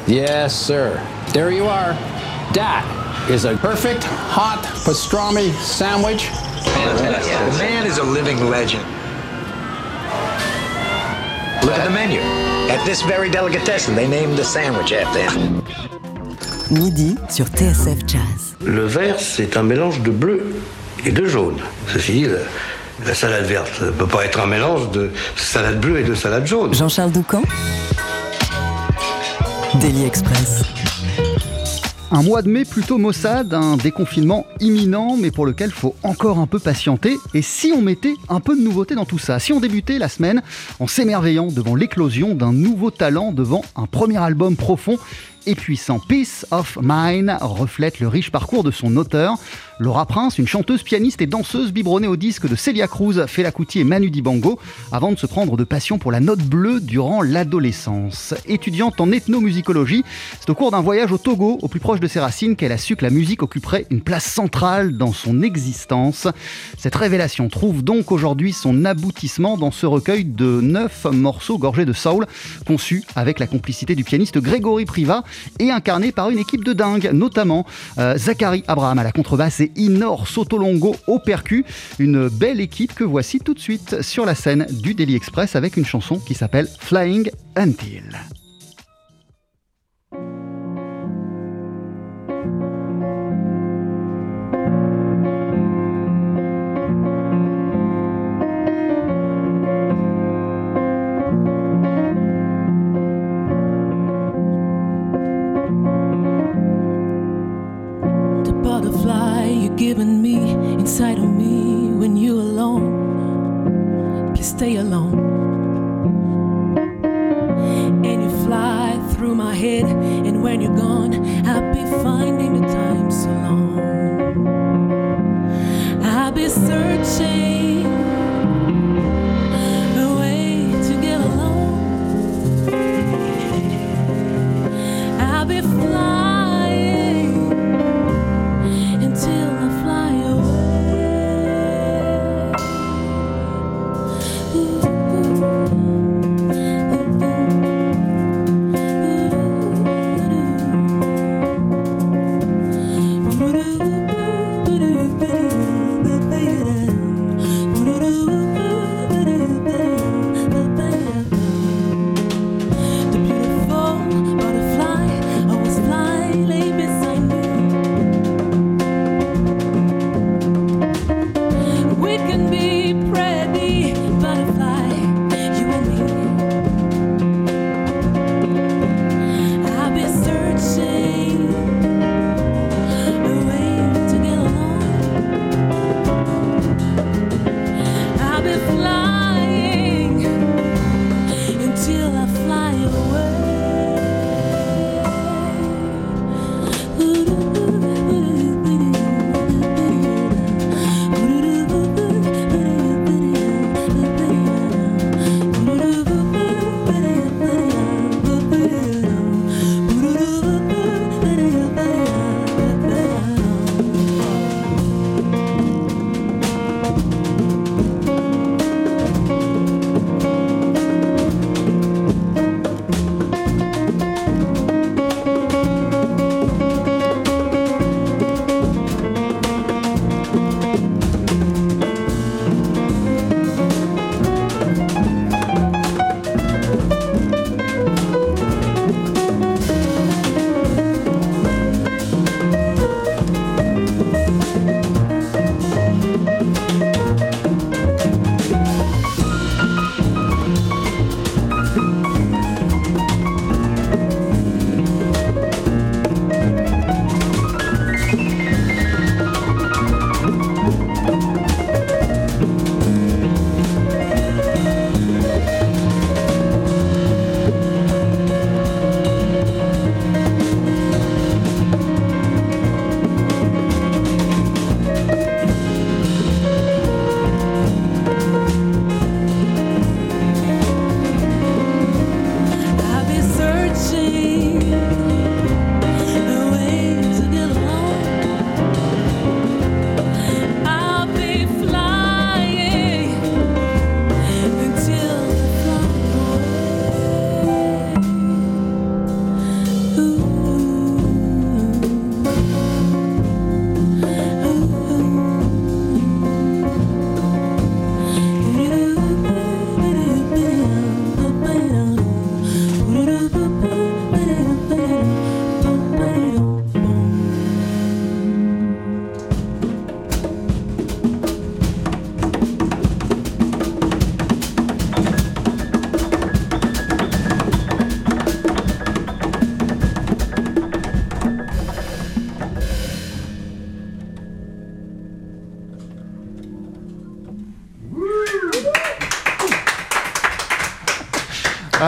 Yes, sir. There you are. That is a perfect hot pastrami sandwich. The man is a living legend. Look at the menu. At this very delicatessen, they named the sandwich after him. Midi sur TSF Jazz. Le vert, c'est un mélange de bleu et de jaune. Ceci dit, la salade verte ne peut pas être un mélange de salade bleue et de salade jaune. Jean-Charles Doucan. Daily Express. Un mois de mai plutôt maussade, un déconfinement imminent, mais pour lequel il faut encore un peu patienter. Et si on mettait un peu de nouveauté dans tout ça? Si on débutait la semaine en s'émerveillant devant l'éclosion d'un nouveau talent, devant un premier album profond et puissant. Peace of Mind reflète le riche parcours de son auteur. Laura Prince, une chanteuse, pianiste et danseuse biberonnée au disque de Celia Cruz, Fela Kuti et Manu Dibango, avant de se prendre de passion pour la note bleue durant l'adolescence. Étudiante en ethnomusicologie, c'est au cours d'un voyage au Togo, au plus proche de ses racines, qu'elle a su que la musique occuperait une place centrale dans son existence. Cette révélation trouve donc aujourd'hui son aboutissement dans ce recueil de 9 morceaux gorgés de soul, conçus avec la complicité du pianiste Grégory Privat et incarné par une équipe de dingue, notamment Zachary Abraham à la contrebasse et Inor Sotolongo au percu. Une belle équipe que voici tout de suite sur la scène du Daily Express avec une chanson qui s'appelle Flying Until. Given me inside of me when you're alone, please stay alone. And you fly through my head, and when you're gone, I'll be finding the time so long. I'll be searching a way to get alone. I'll be flying butterfly always fly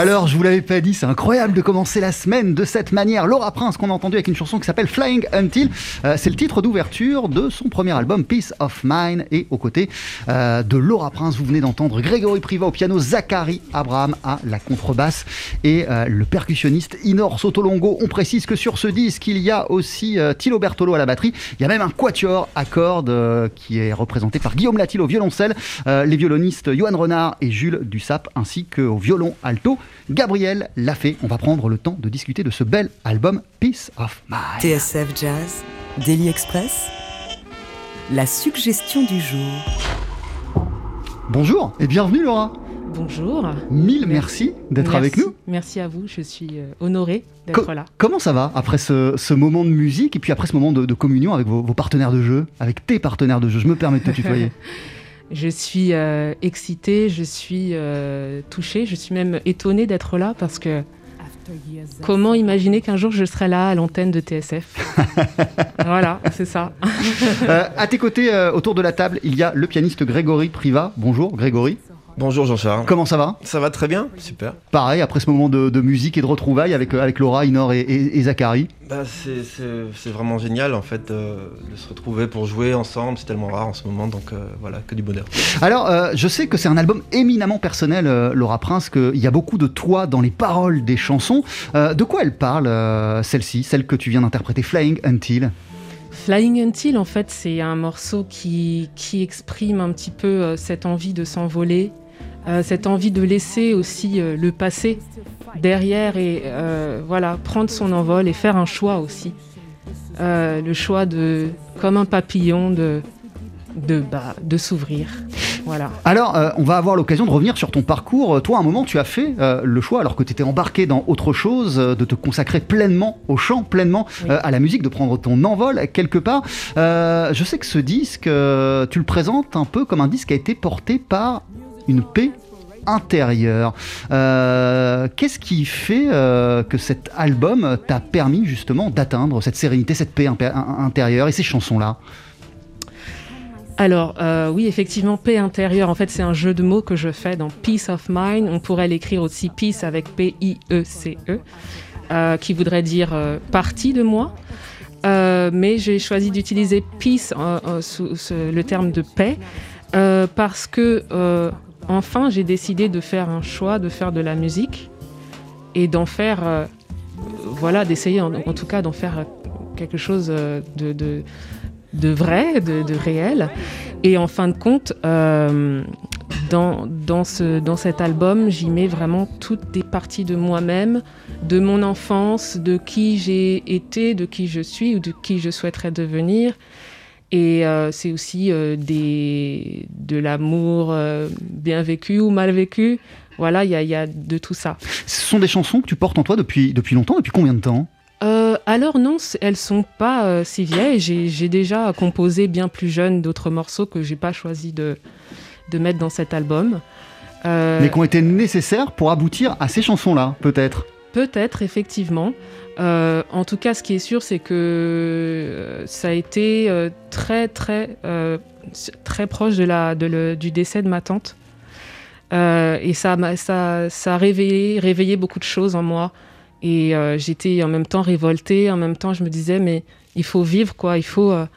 Alors, je vous l'avais pas dit, c'est incroyable de commencer la semaine de cette manière. Laura Prince, qu'on a entendu avec une chanson qui s'appelle Flying Until. C'est le titre d'ouverture de son premier album, Peace of Mind. Et aux côtés de Laura Prince, vous venez d'entendre Grégory Priva au piano, Zachary Abraham à la contrebasse et le percussionniste Inor Sotolongo. On précise que sur ce disque, il y a aussi Thilo Bertolo à la batterie. Il y a même un quatuor à cordes qui est représenté par Guillaume Latil au violoncelle, les violonistes Johan Renard et Jules Dussap, ainsi qu'au violon alto Gabriel Lafay. On va prendre le temps de discuter de ce bel album Peace of Mind. TSF Jazz, Daily Express, la suggestion du jour. Bonjour et bienvenue Laura. Bonjour. Mille merci d'être avec nous. Merci à vous, je suis honorée d'être là. Comment ça va après ce moment de musique et puis après ce moment de communion avec vos partenaires de jeu, avec tes partenaires de jeu? Je me permets de te tutoyer. Je suis excitée, je suis touchée, je suis même étonnée d'être là parce que comment imaginer qu'un jour je serai là à l'antenne de TSF? Voilà, c'est ça. À tes côtés, autour de la table, il y a le pianiste Grégory Priva. Bonjour Grégory. Bonjour Jean-Charles. Comment ça va? Ça va très bien, super. Pareil, après ce moment de musique et de retrouvailles avec Laura, Inor et Zachary. C'est vraiment génial en fait de se retrouver pour jouer ensemble, c'est tellement rare en ce moment, donc voilà, que du bonheur. Alors, je sais que c'est un album éminemment personnel, Laura Prince, qu'il y a beaucoup de toi dans les paroles des chansons. De quoi elle parle, celle-ci, celle que tu viens d'interpréter, Flying Until? Flying Until, en fait, c'est un morceau qui exprime un petit peu cette envie de s'envoler, cette envie de laisser aussi le passé derrière et voilà, prendre son envol et faire un choix aussi. Le choix de, comme un papillon, de s'ouvrir. Voilà. Alors, on va avoir l'occasion de revenir sur ton parcours. Toi, à un moment, tu as fait le choix, alors que tu étais embarqué dans autre chose, de te consacrer pleinement au chant, pleinement à la musique, de prendre ton envol quelque part. Je sais que ce disque, tu le présentes un peu comme un disque qui a été porté par une paix intérieure. Qu'est-ce qui fait que cet album t'a permis justement d'atteindre cette sérénité, cette paix intérieure et ces chansons-là? Alors, oui, effectivement, paix intérieure, en fait, c'est un jeu de mots que je fais dans Peace of Mind. On pourrait l'écrire aussi Peace avec P-I-E-C-E, qui voudrait dire partie de moi. Mais j'ai choisi d'utiliser Peace sous le terme de paix parce que, enfin, j'ai décidé de faire un choix, de faire de la musique et d'en faire, voilà, d'essayer en tout cas d'en faire quelque chose de vrai, de réel. Et en fin de compte, dans cet album, j'y mets vraiment toutes des parties de moi-même, de mon enfance, de qui j'ai été, de qui je suis ou de qui je souhaiterais devenir. Et c'est aussi de l'amour bien vécu ou mal vécu. Voilà, il y a de tout ça. Ce sont des chansons que tu portes en toi depuis longtemps. Depuis combien de temps ? Alors non, elles sont pas si vieilles. J'ai déjà composé bien plus jeune d'autres morceaux que j'ai pas choisi de mettre dans cet album. Mais qui ont été nécessaires pour aboutir à ces chansons-là, peut-être. Peut-être, effectivement. En tout cas, ce qui est sûr, c'est que ça a été très très proche du décès de ma tante. Et ça a réveillé beaucoup de choses en moi. Et j'étais en même temps révoltée, en même temps je me disais mais il faut vivre quoi, il faut à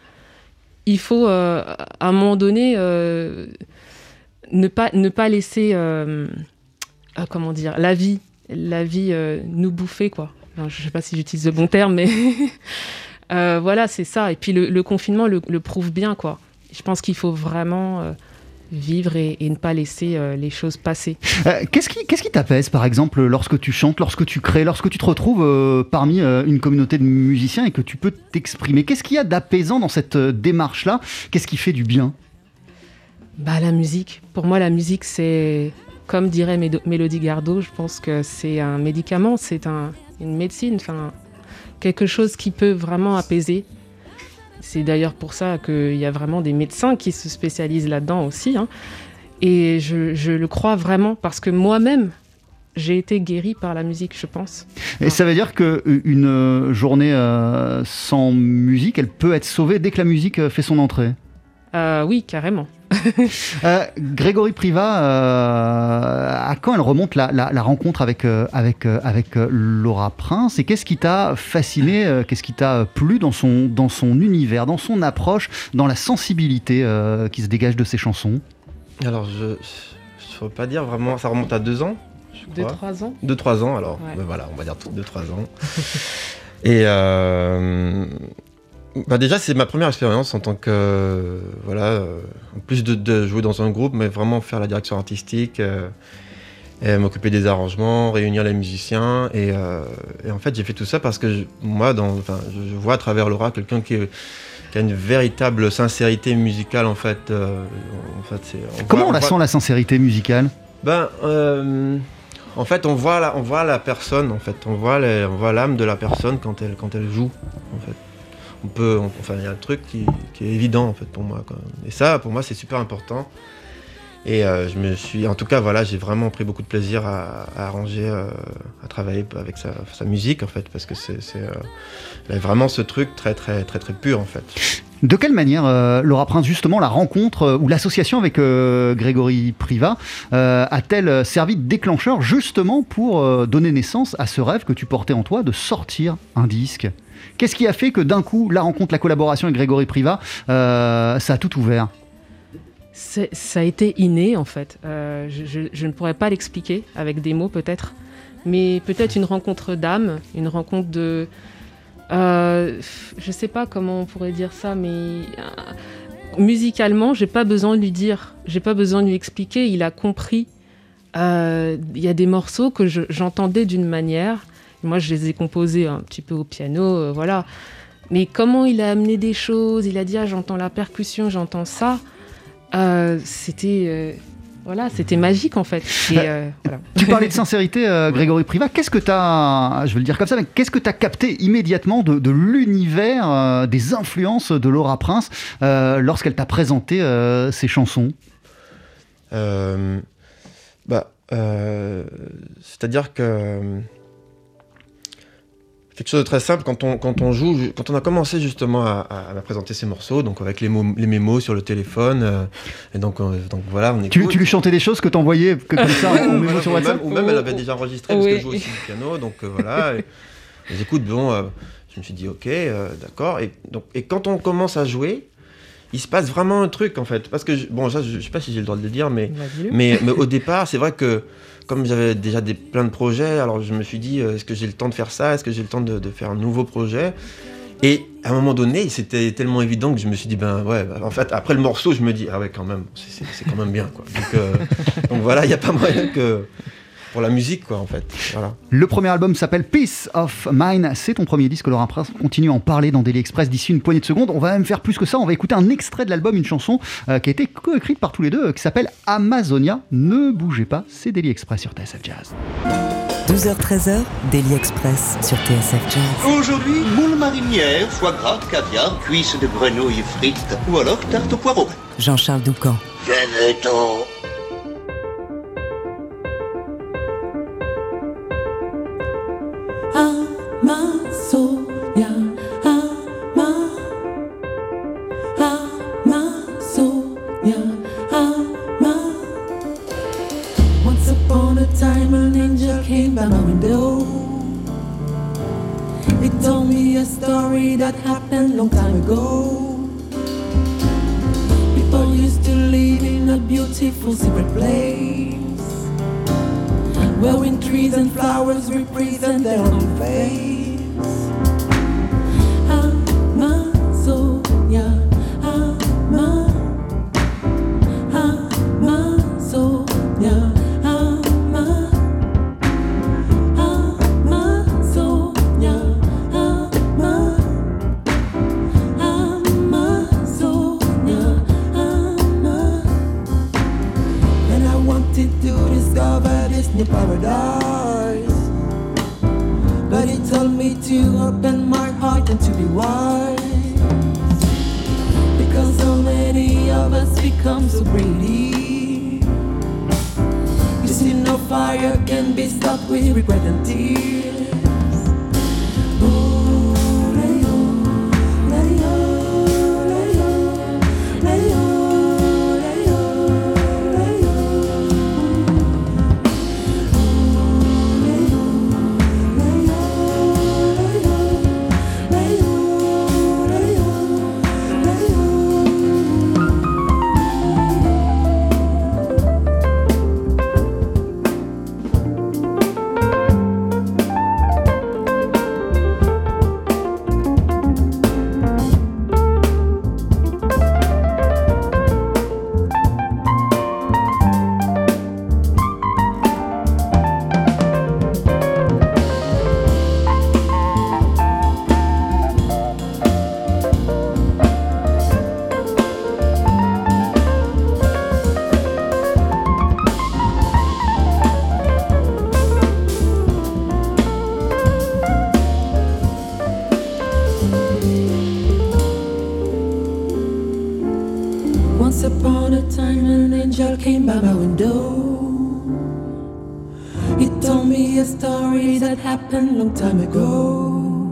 un moment donné ne pas laisser comment dire la vie nous bouffer quoi. Enfin, je sais pas si j'utilise le bon terme mais voilà c'est ça. Et puis le confinement le prouve bien quoi. Je pense qu'il faut vraiment vivre et ne pas laisser les choses passer. Qu'est-ce qui t'apaise, par exemple, lorsque tu chantes, lorsque tu crées, lorsque tu te retrouves parmi une communauté de musiciens et que tu peux t'exprimer? Qu'est-ce qu'il y a d'apaisant dans cette démarche-là? Qu'est-ce qui fait du bien? La musique. Pour moi, la musique, c'est, comme dirait Mélodie Gardot, je pense que c'est un médicament, c'est une médecine, enfin, quelque chose qui peut vraiment apaiser. C'est d'ailleurs pour ça qu'il y a vraiment des médecins qui se spécialisent là-dedans aussi. Hein. Et je le crois vraiment parce que moi-même, j'ai été guérie par la musique, je pense. Et ça veut dire qu'une journée sans musique, elle peut être sauvée dès que la musique fait son entrée? Oui, carrément. Grégory Privat, à quand elle remonte la rencontre avec Laura Prince, et qu'est-ce qui t'a fasciné, qu'est-ce qui t'a plu dans son univers, dans son approche, dans la sensibilité qui se dégage de ses chansons? Alors, je ne saurais pas dire vraiment, ça remonte à 2 ans, je crois. 2-3 ans. 2-3 ans, alors, Ouais. ben voilà, on va dire 2-3 ans. Et déjà, c'est ma première expérience en tant que, en plus de jouer dans un groupe, mais vraiment faire la direction artistique, et m'occuper des arrangements, réunir les musiciens, et en fait, j'ai fait tout ça parce que je vois à travers Laura quelqu'un qui a une véritable sincérité musicale, en fait. Comment on la sent, la sincérité musicale? En fait, on voit la personne, en fait. On voit l'âme de la personne quand elle joue, en fait. Il y a un truc qui est évident, en fait, pour moi, quoi. Et ça, pour moi, c'est super important. Et en tout cas, voilà, j'ai vraiment pris beaucoup de plaisir à arranger, à travailler avec sa musique, en fait, parce que elle a vraiment ce truc très, très, très, très pur, en fait. De quelle manière, Laura Prince, justement, la rencontre ou l'association avec Grégory Privat a-t-elle servi de déclencheur, justement, pour donner naissance à ce rêve que tu portais en toi de sortir un disque? Qu'est-ce qui a fait que, d'un coup, la rencontre, la collaboration avec Grégory Privat, ça a tout ouvert? Ça a été inné, en fait. Je ne pourrais pas l'expliquer avec des mots, peut-être. Mais peut-être une rencontre d'âme, une rencontre de... je sais pas comment on pourrait dire ça, mais musicalement, j'ai pas besoin de lui dire, j'ai pas besoin de lui expliquer, il a compris. Il y a des morceaux que j'entendais d'une manière, moi je les ai composés un petit peu au piano, voilà. Mais comment il a amené des choses, il a dit j'entends la percussion, j'entends ça, c'était magique, en fait. Et, voilà. Tu parlais de sincérité, Grégory Privat. Qu'est-ce que tu as, je vais le dire comme ça, mais qu'est-ce que tu as capté immédiatement de l'univers, des influences de Laura Prince lorsqu'elle t'a présenté ses chansons? C'est-à-dire que quelque chose de très simple, quand on joue, quand on a commencé justement à présenter ces morceaux, donc avec les mémos sur le téléphone, et donc voilà, on écoute. Tu lui chantais des choses que t'envoyais comme ça en mémo sur WhatsApp? Ou même elle avait déjà enregistré, parce que je joue aussi du piano, donc voilà. Et j'écoute, je me suis dit ok, d'accord. Et quand on commence à jouer, il se passe vraiment un truc, en fait. Parce que, ça, je sais pas si j'ai le droit de le dire, mais au départ, c'est vrai que comme j'avais déjà plein de projets, alors je me suis dit, est-ce que j'ai le temps de faire ça? Est-ce que j'ai le temps de faire un nouveau projet? Et à un moment donné, c'était tellement évident que je me suis dit, en fait, après le morceau, je me dis, ah ouais, quand même, c'est quand même bien, quoi. Donc voilà, il n'y a pas moyen que... pour la musique, quoi, en fait. Voilà. Le premier album s'appelle Peace of Mind. C'est ton premier disque, Laura Prince. On continue à en parler dans Daily Express d'ici une poignée de secondes. On va même faire plus que ça. On va écouter un extrait de l'album, une chanson qui a été coécrite par tous les deux, qui s'appelle Amazonia. Ne bougez pas, c'est Daily Express sur TSF Jazz. 12h-13h, Daily Express sur TSF Jazz. Aujourd'hui, moule marinière, foie gras, caviar, cuisses de grenouille frites ou alors tarte au poireau. Jean-Charles Doucan. Venez-t'en. Amazonia, Amazonia, Once upon a time an angel came by my window. He told me a story that happened long time ago. People used to live in a beautiful secret place, wherein trees and flowers represent their own face. Amazonia, Amazonia, Amazonia, Amazonia, and I wanted to discover this new paradise, but he told me to open my heart and to be wise, because so many of us become so greedy. You see, no fire can be stopped with regret and tears. came by my window. He told me a story that happened long time ago.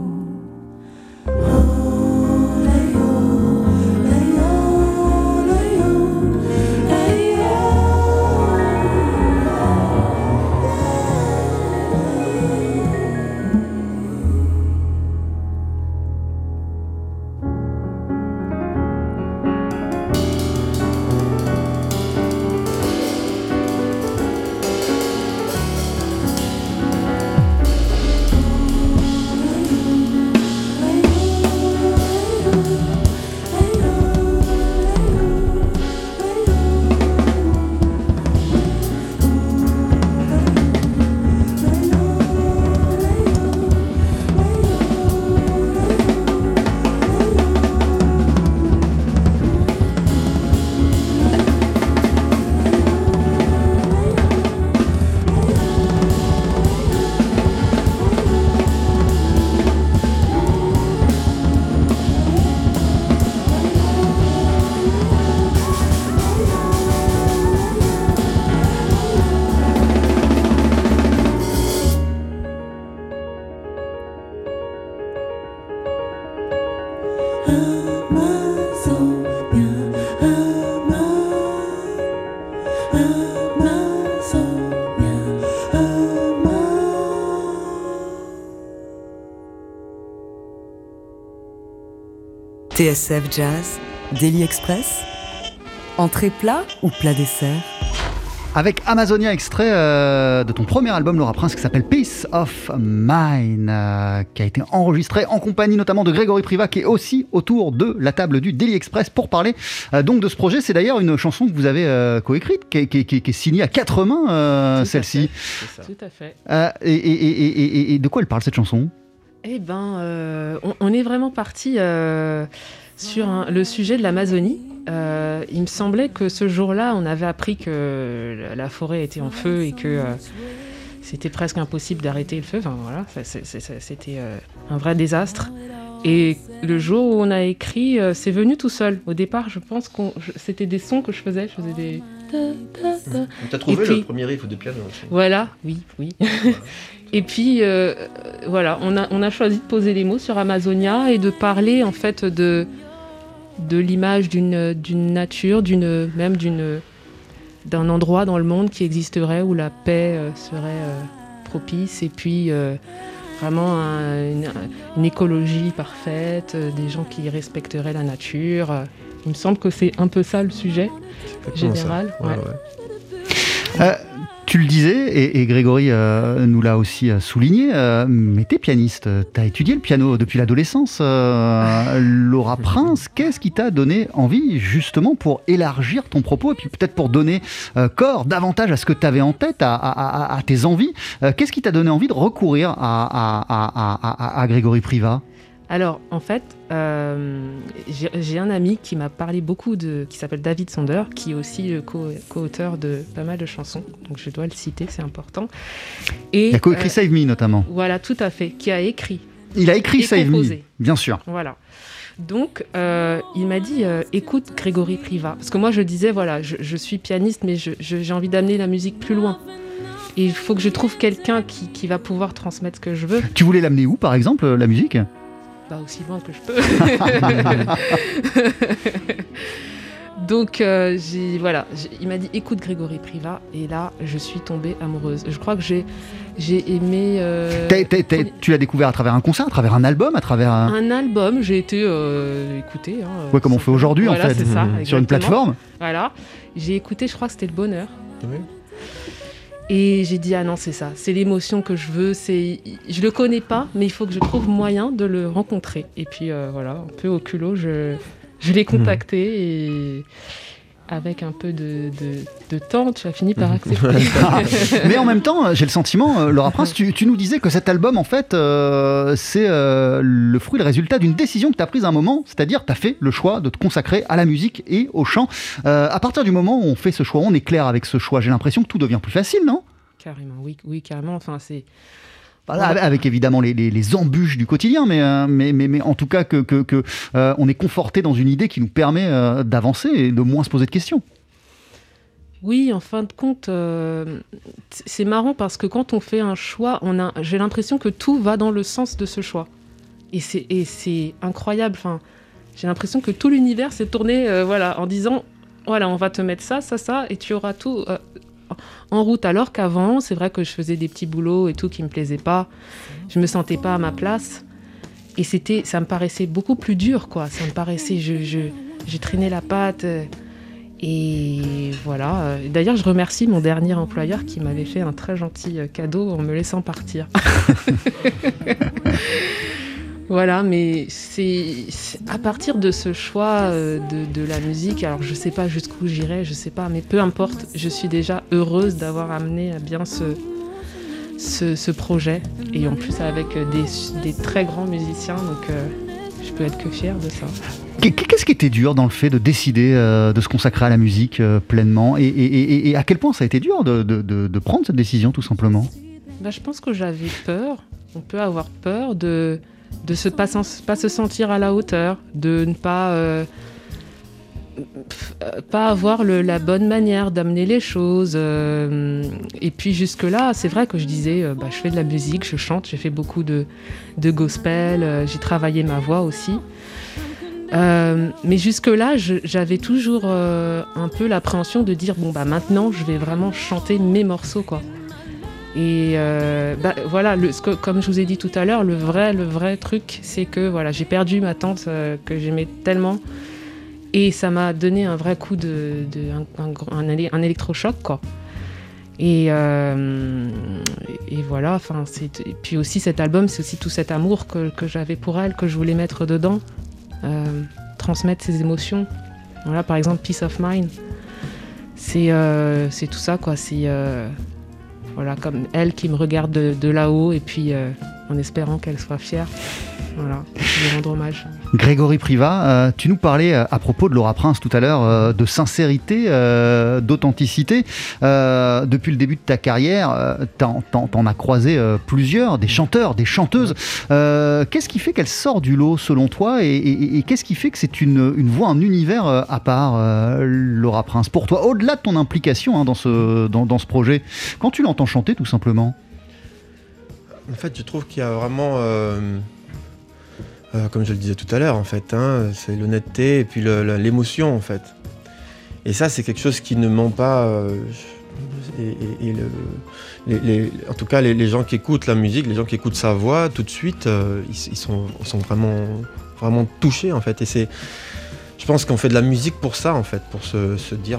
TSF Jazz, Daily Express, entrée plat ou plat dessert? Avec Amazonia, extrait de ton premier album, Laura Prince, qui s'appelle Peace of Mind, qui a été enregistré en compagnie notamment de Grégory Privat, qui est aussi autour de la table du Daily Express pour parler donc de ce projet. C'est d'ailleurs une chanson que vous avez coécrite, qui est signée à 4 mains, celle-ci. Tout à fait. Et de quoi elle parle, cette chanson ? Eh ben, on est vraiment parti sur le sujet de l'Amazonie. Il me semblait que ce jour-là, on avait appris que la forêt était en feu et que c'était presque impossible d'arrêter le feu. Enfin voilà, c'était un vrai désastre. Et le jour où on a écrit, c'est venu tout seul. Au départ, je pense que c'était des sons que je faisais des... T'as trouvé le premier riff de piano aussi. Voilà, oui. Et puis, voilà, on a choisi de poser les mots sur Amazonia et de parler en fait de l'image d'une nature, d'un endroit dans le monde qui existerait où la paix serait propice et puis vraiment une écologie parfaite, des gens qui respecteraient la nature. Il me semble que c'est un peu ça le sujet général. Ouais. Tu le disais, et Grégory nous l'a aussi souligné, mais t'es pianiste, t'as étudié le piano depuis l'adolescence. Laura Prince, qu'est-ce qui t'a donné envie justement pour élargir ton propos et puis peut-être pour donner corps davantage à ce que t'avais en tête, à tes envies? Qu'est-ce qui t'a donné envie de recourir à Grégory Privat? Alors, en fait, j'ai un ami qui m'a parlé beaucoup qui s'appelle David Sonder, qui est aussi le co-auteur de pas mal de chansons. Donc, je dois le citer, c'est important. Et, il a coécrit Save Me, notamment. Voilà, tout à fait, qui a écrit. Il a écrit Save Me, bien sûr. Voilà. Donc, il m'a dit, écoute Grégory Privat. Parce que moi, je disais, voilà, je suis pianiste, mais j'ai envie d'amener la musique plus loin. Et il faut que je trouve quelqu'un qui va pouvoir transmettre ce que je veux. Tu voulais l'amener où, par exemple, la musique ? Bah, aussi loin que je peux. Donc, il m'a dit écoute Grégory Privat, et là, je suis tombée amoureuse. Je crois que j'ai aimé. Tu l'as découvert à travers un concert, à travers un album, à travers un album. J'ai été écoutée. Ouais, comme on fait aujourd'hui, voilà, en fait, c'est ça, sur une plateforme. Voilà, j'ai écouté. Je crois que c'était Le Bonheur. Oui. Et j'ai dit, ah non, c'est ça, c'est l'émotion que je veux, je le connais pas, mais il faut que je trouve moyen de le rencontrer. Et puis voilà, un peu au culot, je l'ai contacté et avec un peu de temps, tu as fini par accepter. Mais en même temps, j'ai le sentiment, Laura Prince, tu nous disais que cet album, en fait, c'est le fruit, le résultat d'une décision que tu as prise à un moment, c'est-à-dire tu as fait le choix de te consacrer à la musique et au chant. À partir du moment où on fait ce choix, on est clair avec ce choix, j'ai l'impression que tout devient plus facile, non ? Carrément, oui, carrément. Enfin, c'est... Avec évidemment les embûches du quotidien, mais en tout cas que on est conforté dans une idée qui nous permet d'avancer et de moins se poser de questions. Oui, en fin de compte, c'est marrant parce que quand on fait un choix, j'ai l'impression que tout va dans le sens de ce choix. Et c'est incroyable. Enfin, j'ai l'impression que tout l'univers s'est tourné en disant, voilà, on va te mettre ça, et tu auras tout en route. Alors qu'avant, c'est vrai que je faisais des petits boulots et tout qui me plaisaient pas. Je me sentais pas à ma place. Et ça me paraissait beaucoup plus dur, quoi. Ça me paraissait, j'ai traîné la patte. Et voilà. D'ailleurs, je remercie mon dernier employeur qui m'avait fait un très gentil cadeau en me laissant partir. Voilà, mais c'est à partir de ce choix de la musique. Alors, je sais pas jusqu'où j'irai, je sais pas, mais peu importe. Je suis déjà heureuse d'avoir amené à bien ce projet. Et en plus, avec des très grands musiciens, donc je peux être que fière de ça. Qu'est-ce qui était dur dans le fait de décider de se consacrer à la musique pleinement et à quel point ça a été dur de prendre cette décision, tout simplement? Je pense que j'avais peur. On peut avoir peur de pas se sentir à la hauteur, de ne pas avoir la bonne manière d'amener les choses. Et puis jusque-là, c'est vrai que je disais, je fais de la musique, je chante, j'ai fait beaucoup de gospel, j'ai travaillé ma voix aussi. Mais jusque-là, j'avais toujours un peu l'appréhension de dire, maintenant, je vais vraiment chanter mes morceaux, quoi. Et voilà, comme je vous ai dit tout à l'heure, le vrai truc, c'est que voilà, j'ai perdu ma tante que j'aimais tellement. Et ça m'a donné un vrai coup un électrochoc, quoi. Et voilà, et puis aussi cet album, c'est aussi tout cet amour que j'avais pour elle, que je voulais mettre dedans, transmettre ses émotions. Voilà, par exemple, Peace of Mind, c'est tout ça, quoi. C'est voilà, comme elle qui me regarde de là-haut, et puis en espérant qu'elle soit fière. Voilà, je lui rendre hommage. Grégory Privat, tu nous parlais à propos de Laura Prince tout à l'heure, de sincérité, d'authenticité. Depuis le début de ta carrière, t'en as croisé plusieurs, des chanteurs, des chanteuses. Qu'est-ce qui fait qu'elle sort du lot selon toi et qu'est-ce qui fait que c'est une voix, un univers à part, Laura Prince, pour toi, au-delà de ton implication dans ce projet, quand tu l'entends chanter tout simplement? En fait, je trouve qu'il y a vraiment... comme je le disais tout à l'heure, en fait, c'est l'honnêteté et puis l'émotion, en fait. Et ça, c'est quelque chose qui ne ment pas. En tout cas, les gens qui écoutent la musique, les gens qui écoutent sa voix, tout de suite, ils sont vraiment touchés, en fait. Et je pense qu'on fait de la musique pour ça, en fait, pour se dire,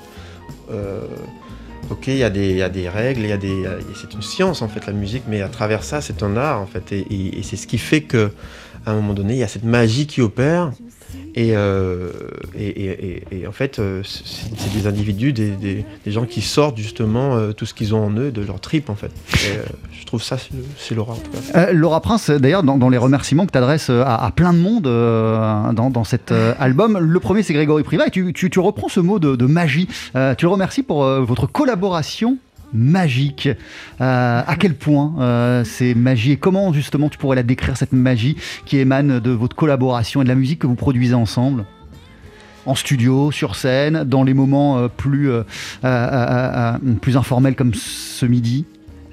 ok, il y a des règles, c'est une science, en fait, la musique, mais à travers ça, c'est un art, en fait. Et c'est ce qui fait que à un moment donné, il y a cette magie qui opère et en fait, c'est des individus, des gens qui sortent justement tout ce qu'ils ont en eux, de leur trip, en fait. Et, je trouve ça, c'est Laura, en tout cas. Laura Prince, d'ailleurs, dans les remerciements que tu adresses à plein de monde dans cet album, le premier, c'est Grégory Privat, et tu reprends ce mot de magie. Tu le remercies pour votre collaboration magique. À quel point c'est magie et comment justement tu pourrais la décrire, cette magie qui émane de votre collaboration et de la musique que vous produisez ensemble en studio, sur scène, dans les moments plus informels comme ce midi?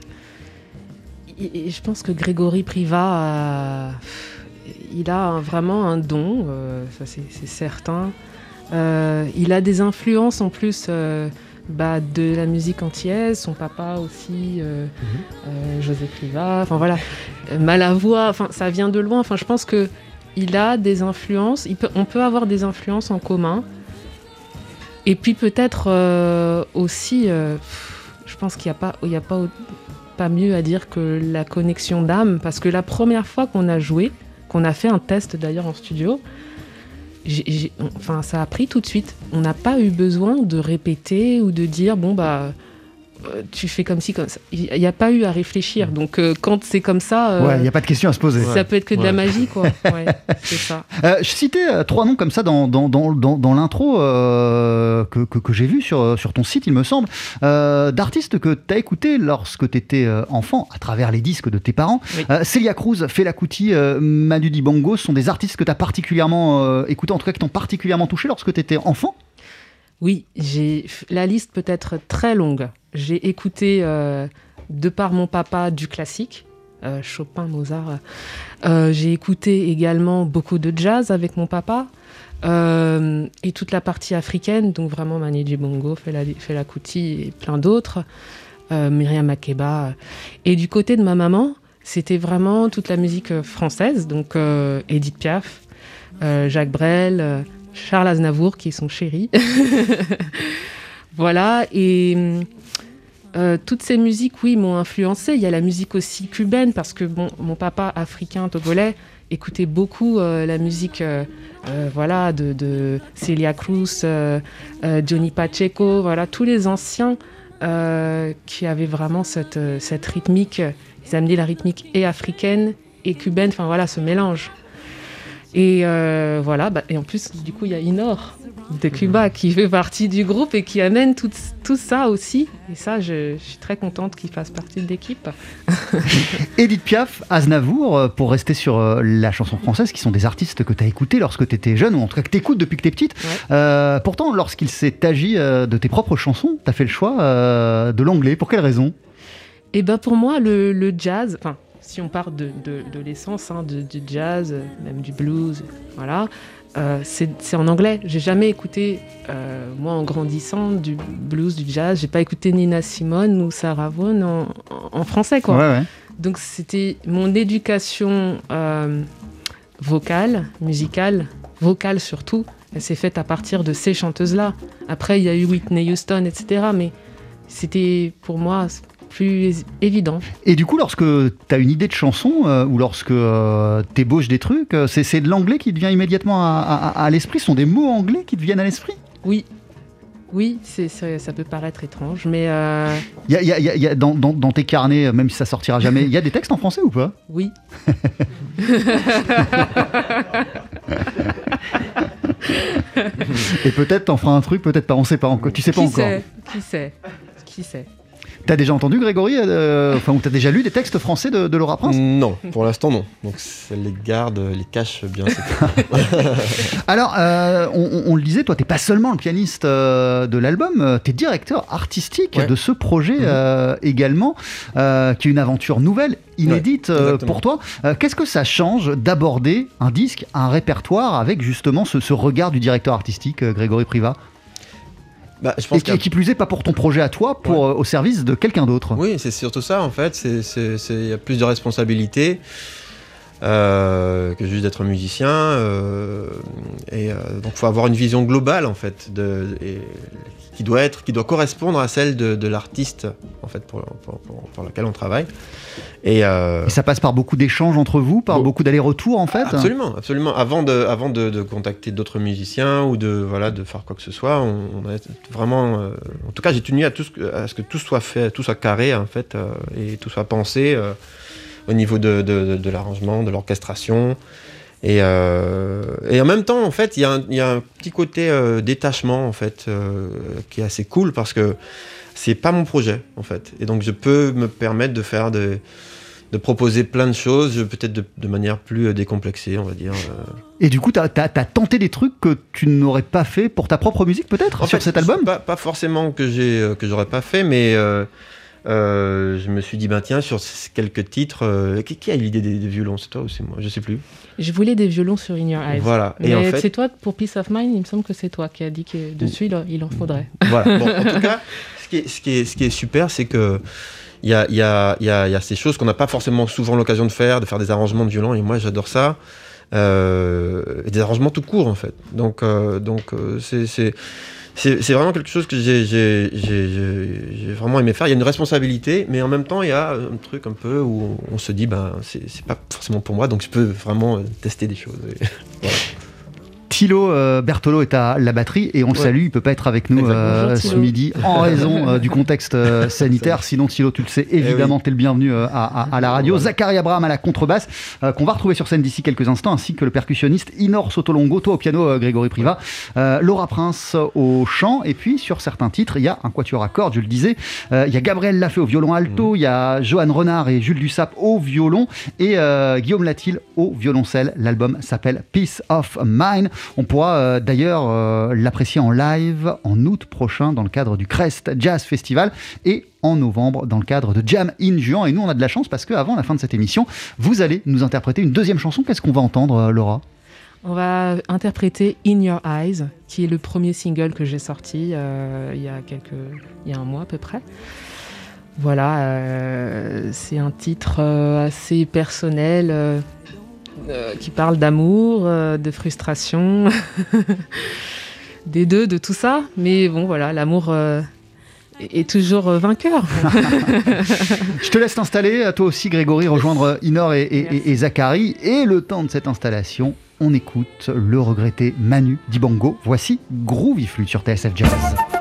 Et je pense que Grégory Privat il a vraiment un don, ça c'est certain. Il a des influences en plus de la musique antillaise, son papa aussi, José Privat, enfin voilà, Malavoie, enfin ça vient de loin. Enfin je pense que il a des influences, on peut avoir des influences en commun. Et puis peut-être aussi, je pense qu'il n'y a pas mieux à dire que la connexion d'âme, parce que la première fois qu'on a joué, qu'on a fait un test d'ailleurs en studio, ça a pris tout de suite. On n'a pas eu besoin de répéter ou de dire tu fais comme ci, comme ça. Il n'y a pas eu à réfléchir. Donc quand c'est comme ça, il n'y a pas de question à se poser. Ça peut être que de la magie, quoi. Ouais, c'est ça. Je citais 3 noms comme ça dans l'intro que j'ai vu sur ton site, il me semble, d'artistes que tu as écoutés lorsque tu étais enfant, à travers les disques de tes parents. Oui. Celia Cruz, Fela Kuti, Manu Dibango sont des artistes que tu as particulièrement écoutés, en tout cas qui t'ont particulièrement touché lorsque tu étais enfant? Oui, la liste peut être très longue. J'ai écouté, de par mon papa, du classique, Chopin, Mozart. J'ai écouté également beaucoup de jazz avec mon papa. Et toute la partie africaine, donc vraiment Manu Dibango, Fela Kuti et plein d'autres, Myriam Makeba. Et du côté de ma maman, c'était vraiment toute la musique française, donc Édith Piaf, Jacques Brel, Charles Aznavour qui est son chéri. Voilà, et toutes ces musiques, oui, m'ont influencée. Il y a la musique aussi cubaine, parce que mon papa africain togolais écoutait beaucoup la musique voilà, de Celia Cruz, Johnny Pacheco, voilà, tous les anciens qui avaient vraiment cette rythmique. Ils amenaient la rythmique et africaine et cubaine, enfin voilà, ce mélange. Et voilà, et en plus, du coup, il y a Inor de Cuba qui fait partie du groupe et qui amène tout ça aussi. Et ça, je suis très contente qu'il fasse partie de l'équipe. Édith Piaf, Aznavour, pour rester sur la chanson française, qui sont des artistes que tu as écoutés lorsque tu étais jeune, ou en tout cas que tu écoutes depuis que tu es petite. Ouais. Pourtant, lorsqu'il s'est agi de tes propres chansons, tu as fait le choix de l'anglais. Pour quelle raison ? Eh ben pour moi, le jazz... Si on part de l'essence du jazz, même du blues, voilà, c'est en anglais. J'ai jamais écouté, moi en grandissant, du blues, du jazz. J'ai pas écouté Nina Simone ou Sarah Vaughan en français, quoi. Ouais. Donc c'était mon éducation vocale, musicale, vocale surtout. Elle s'est faite à partir de ces chanteuses-là. Après, il y a eu Whitney Houston, etc. Mais c'était pour moi plus évident. Et du coup, lorsque tu as une idée de chanson ou lorsque tu ébauches des trucs, c'est de l'anglais qui te vient immédiatement à l'esprit? Ce sont des mots anglais qui te viennent à l'esprit? Oui, ça peut paraître étrange, mais... Y a dans tes carnets, même si ça sortira jamais, il y a des textes en français ou pas? Oui. Et peut-être t'en feras un truc, peut-être pas, on sait pas encore. Tu sais pas encore. Qui sait. T'as déjà entendu, Grégory, ou t'as déjà lu des textes français de Laura Prince? Non, pour l'instant non. Donc elle les garde, les cache bien. Alors, on le disait, toi t'es pas seulement le pianiste de l'album, t'es directeur artistique de ce projet également, qui est une aventure nouvelle, inédite pour toi. Qu'est-ce que ça change d'aborder un disque, un répertoire avec justement ce regard du directeur artistique, Grégory Privat? Je pense et qui plus est, pas pour ton projet à toi, au service de quelqu'un d'autre. Oui, c'est surtout ça en fait. Il y a plus de responsabilités que juste d'être musicien. Donc il faut avoir une vision globale en fait, qui doit correspondre à celle de l'artiste en fait, pour laquelle on travaille. Et ça passe par beaucoup d'échanges entre vous, par beaucoup d'allers-rets-retours en fait. Absolument. Avant de contacter d'autres musiciens ou de faire quoi que ce soit, on a vraiment. En tout cas, j'ai tenu à ce que tout soit fait, tout soit carré en fait, et tout soit pensé au niveau de l'arrangement, de l'orchestration. Et en même temps, en fait, il y a un petit côté détachement en fait, qui est assez cool parce que c'est pas mon projet en fait, et donc je peux me permettre de proposer plein de choses, peut-être de manière plus décomplexée, on va dire. Et du coup, t'as tenté des trucs que tu n'aurais pas fait pour ta propre musique, peut-être, sur cet album? Pas forcément que j'aurais pas fait, mais je me suis dit, tiens, sur quelques titres, qui a l'idée des violons? C'est toi ou c'est moi? Je sais plus. Je voulais des violons sur In Your Eyes. Voilà. Mais et en fait, c'est toi, pour Peace of Mind, il me semble que c'est toi qui as dit que dessus, il en faudrait. Voilà. Bon, en tout cas, ce qui est super, c'est que il y a ces choses qu'on n'a pas forcément souvent l'occasion de faire des arrangements de violon, et moi j'adore ça. Et des arrangements tout court en fait. Donc c'est vraiment quelque chose que j'ai vraiment aimé faire. Il y a une responsabilité, mais en même temps il y a un truc un peu où on se dit c'est pas forcément pour moi, donc je peux vraiment tester des choses. Et voilà. Thilo Bertolo est à la batterie et on le salue, il peut pas être avec nous ce midi en raison du contexte sanitaire. Sinon Thilo, tu le sais évidemment, t'es le bienvenu à la radio. Voilà. Zachary Abraham à la contrebasse, qu'on va retrouver sur scène d'ici quelques instants, ainsi que le percussionniste Inor Sotolongo, toi au piano Grégory Privat, Laura Prince au chant, et puis sur certains titres il y a un quatuor à cordes, je le disais, il y a Gabriel Lafay au violon alto, il y a Johan Renard et Jules Dussap au violon et Guillaume Latil au violoncelle. L'album s'appelle Peace of Mind. On pourra d'ailleurs l'apprécier en live en août prochain dans le cadre du Crest Jazz Festival et en novembre dans le cadre de Jam in Juan. Et nous, on a de la chance parce qu'avant la fin de cette émission, vous allez nous interpréter une deuxième chanson. Qu'est-ce qu'on va entendre, Laura ? On va interpréter In Your Eyes, qui est le premier single que j'ai sorti il y a un mois à peu près. Voilà, c'est un titre assez personnel qui parle d'amour, de frustration, des deux, de tout ça. Mais bon, voilà, l'amour est toujours vainqueur. Je te laisse t'installer, toi aussi Grégory, rejoindre Inor et Zachary. Et le temps de cette installation, on écoute le regretté Manu Dibango. Voici Groovy Flute sur TSF Jazz.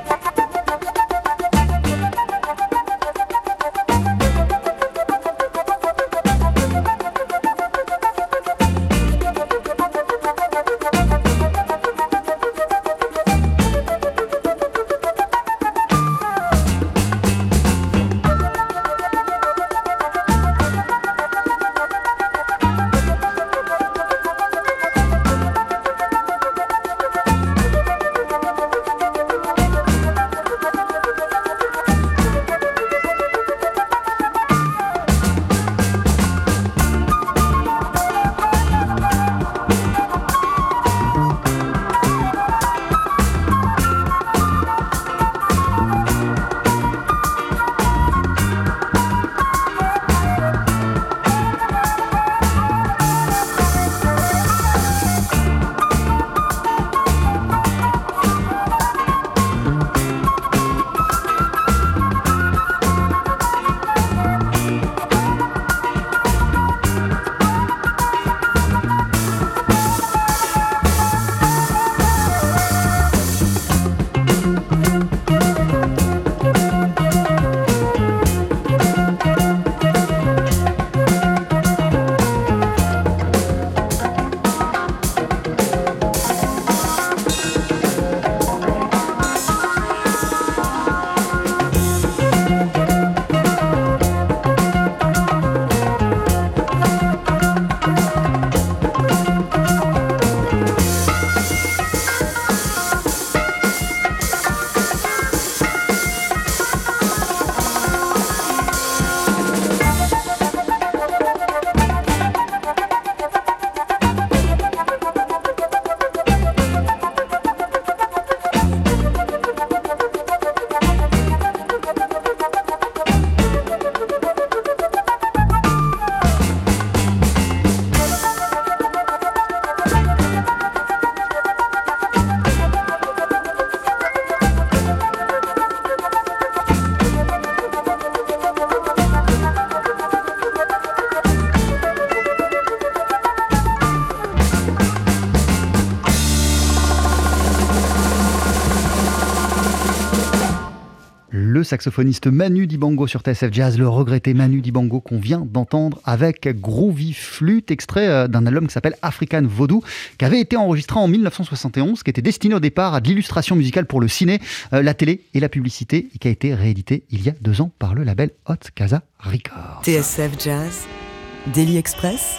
Le saxophoniste Manu Dibango sur TSF Jazz, le regretté Manu Dibango qu'on vient d'entendre avec Groovy Flute, extrait d'un album qui s'appelle African Voodoo, qui avait été enregistré en 1971, qui était destiné au départ à de l'illustration musicale pour le ciné, la télé et la publicité, et qui a été réédité il y a 2 ans par le label Hot Casa Records. TSF Jazz, Daily Express,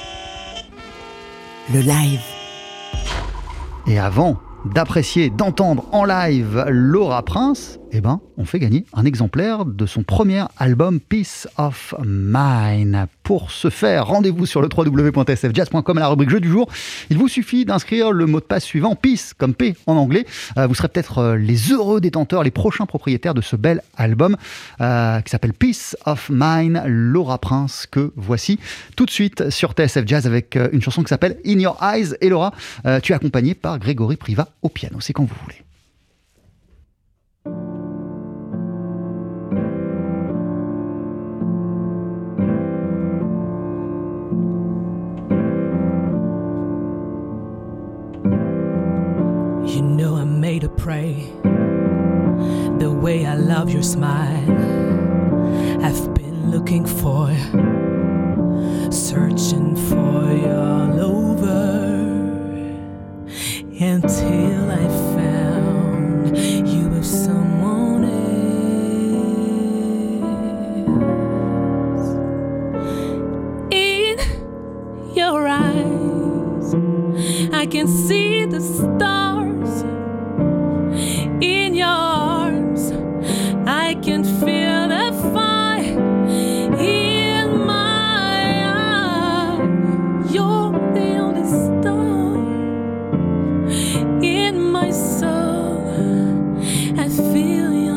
le live. Et avant d'apprécier, d'entendre en live Laura Prince, eh ben, on fait gagner un exemplaire de son premier album Peace of Mind. Pour ce faire, rendez-vous sur le www.tsfjazz.com à la rubrique Jeu du jour. Il vous suffit d'inscrire le mot de passe suivant, Peace, comme P en anglais. Vous serez peut-être les heureux détenteurs, les prochains propriétaires de ce bel album qui s'appelle Peace of Mind, Laura Prince, que voici tout de suite sur TSF Jazz avec une chanson qui s'appelle In Your Eyes. Et Laura, tu es accompagnée par Grégory Privat au piano. C'est quand vous voulez. You know I made her pray the way I love your smile. I've been looking for, searching for you all over, until I found you with someone else. In your eyes I can see the stars in your arms. I can feel the fire in my eyes. You're the only star in my soul. I feel your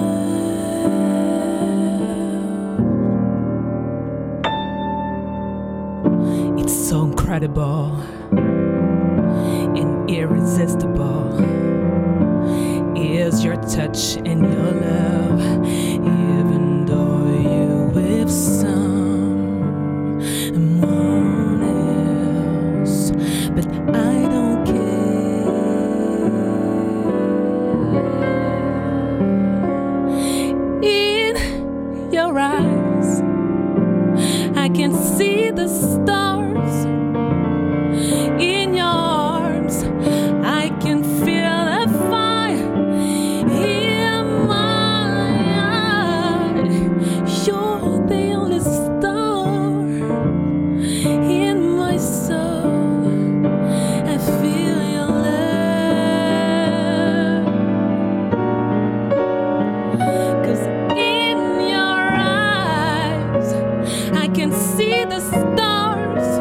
love. It's so incredible and irresistible is your touch and your love, even though you with someone else, but I don't care. In your eyes I can see the stars. In your arms I can feel the fire in my eyes. You're the only star in my soul. I feel your love. 'Cause in your eyes I can see the stars.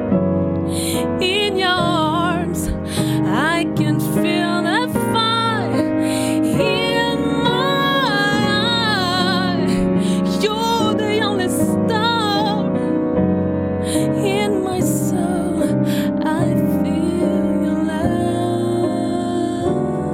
In your arms I can feel the fire in my eyes. You're the only star in my soul. I feel your love.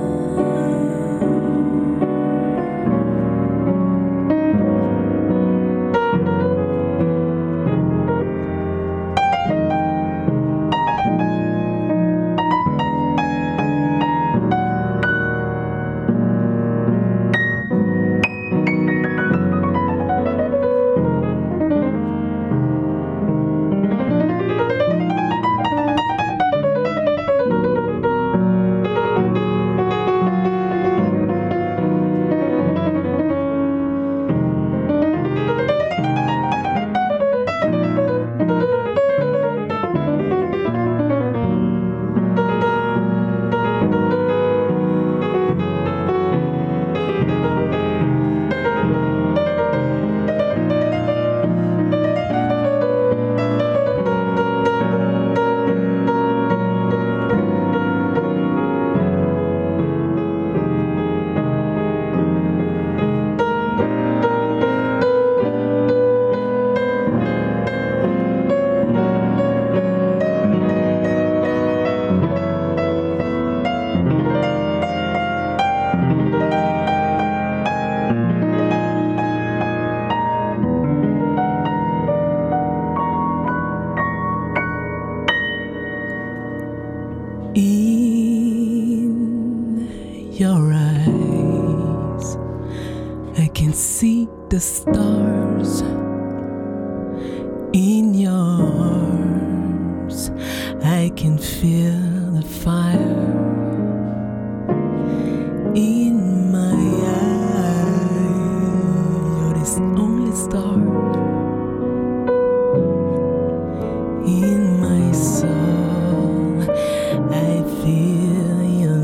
In your eyes I can see the stars. In your arms I can feel the fire in my eyes. You're the only star in my soul. I feel your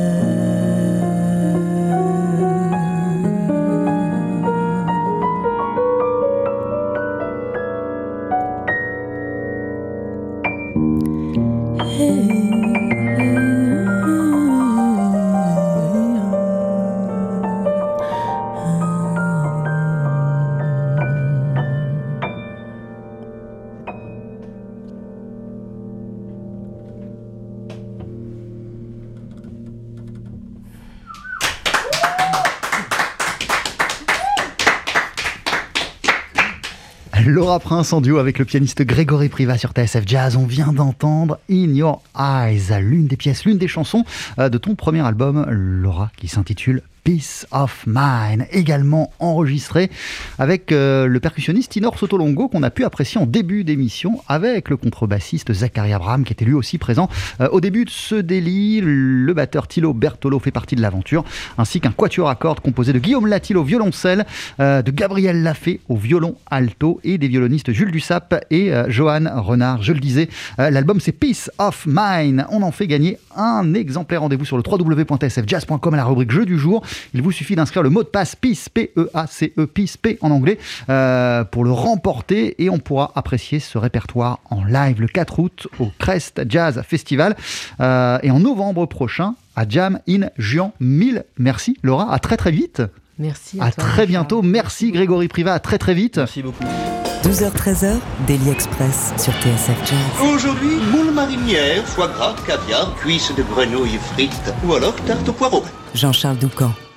Laura Prince en duo avec le pianiste Grégory Privat sur TSF Jazz. On vient d'entendre In Your Eyes, l'une des pièces, l'une des chansons de ton premier album, Laura, qui s'intitule Peace of Mind, également enregistré avec le percussionniste Tinor Sotolongo qu'on a pu apprécier en début d'émission avec le contrebassiste Zachary Abraham qui était lui aussi présent au début de ce délit. Le batteur Thilo Bertolo fait partie de l'aventure, ainsi qu'un quatuor à cordes composé de Guillaume Latil au violoncelle, de Gabriel Lafay au violon alto et des violonistes Jules Dussap et Johan Renard. Je le disais, l'album c'est Peace of Mind. On en fait gagner un exemplaire. Rendez-vous sur le www.tsfjazz.com à la rubrique Jeu du jour. Il vous suffit d'inscrire le mot de passe PEACE, P-E-A-C-E, PEACE, P en anglais, pour le remporter et on pourra apprécier ce répertoire en live le 4 août au Crest Jazz Festival et en novembre prochain à Jam in Juan. Mille merci Laura, à très très vite. Merci à toi, très bientôt. Merci Grégory Privat, à très très vite. Merci beaucoup. 12h-13h, Daily Express sur TSF Jazz. Aujourd'hui, moule marinière, foie gras, caviar, cuisses de grenouille frites ou alors tarte au poireau. Jean-Charles Doucan.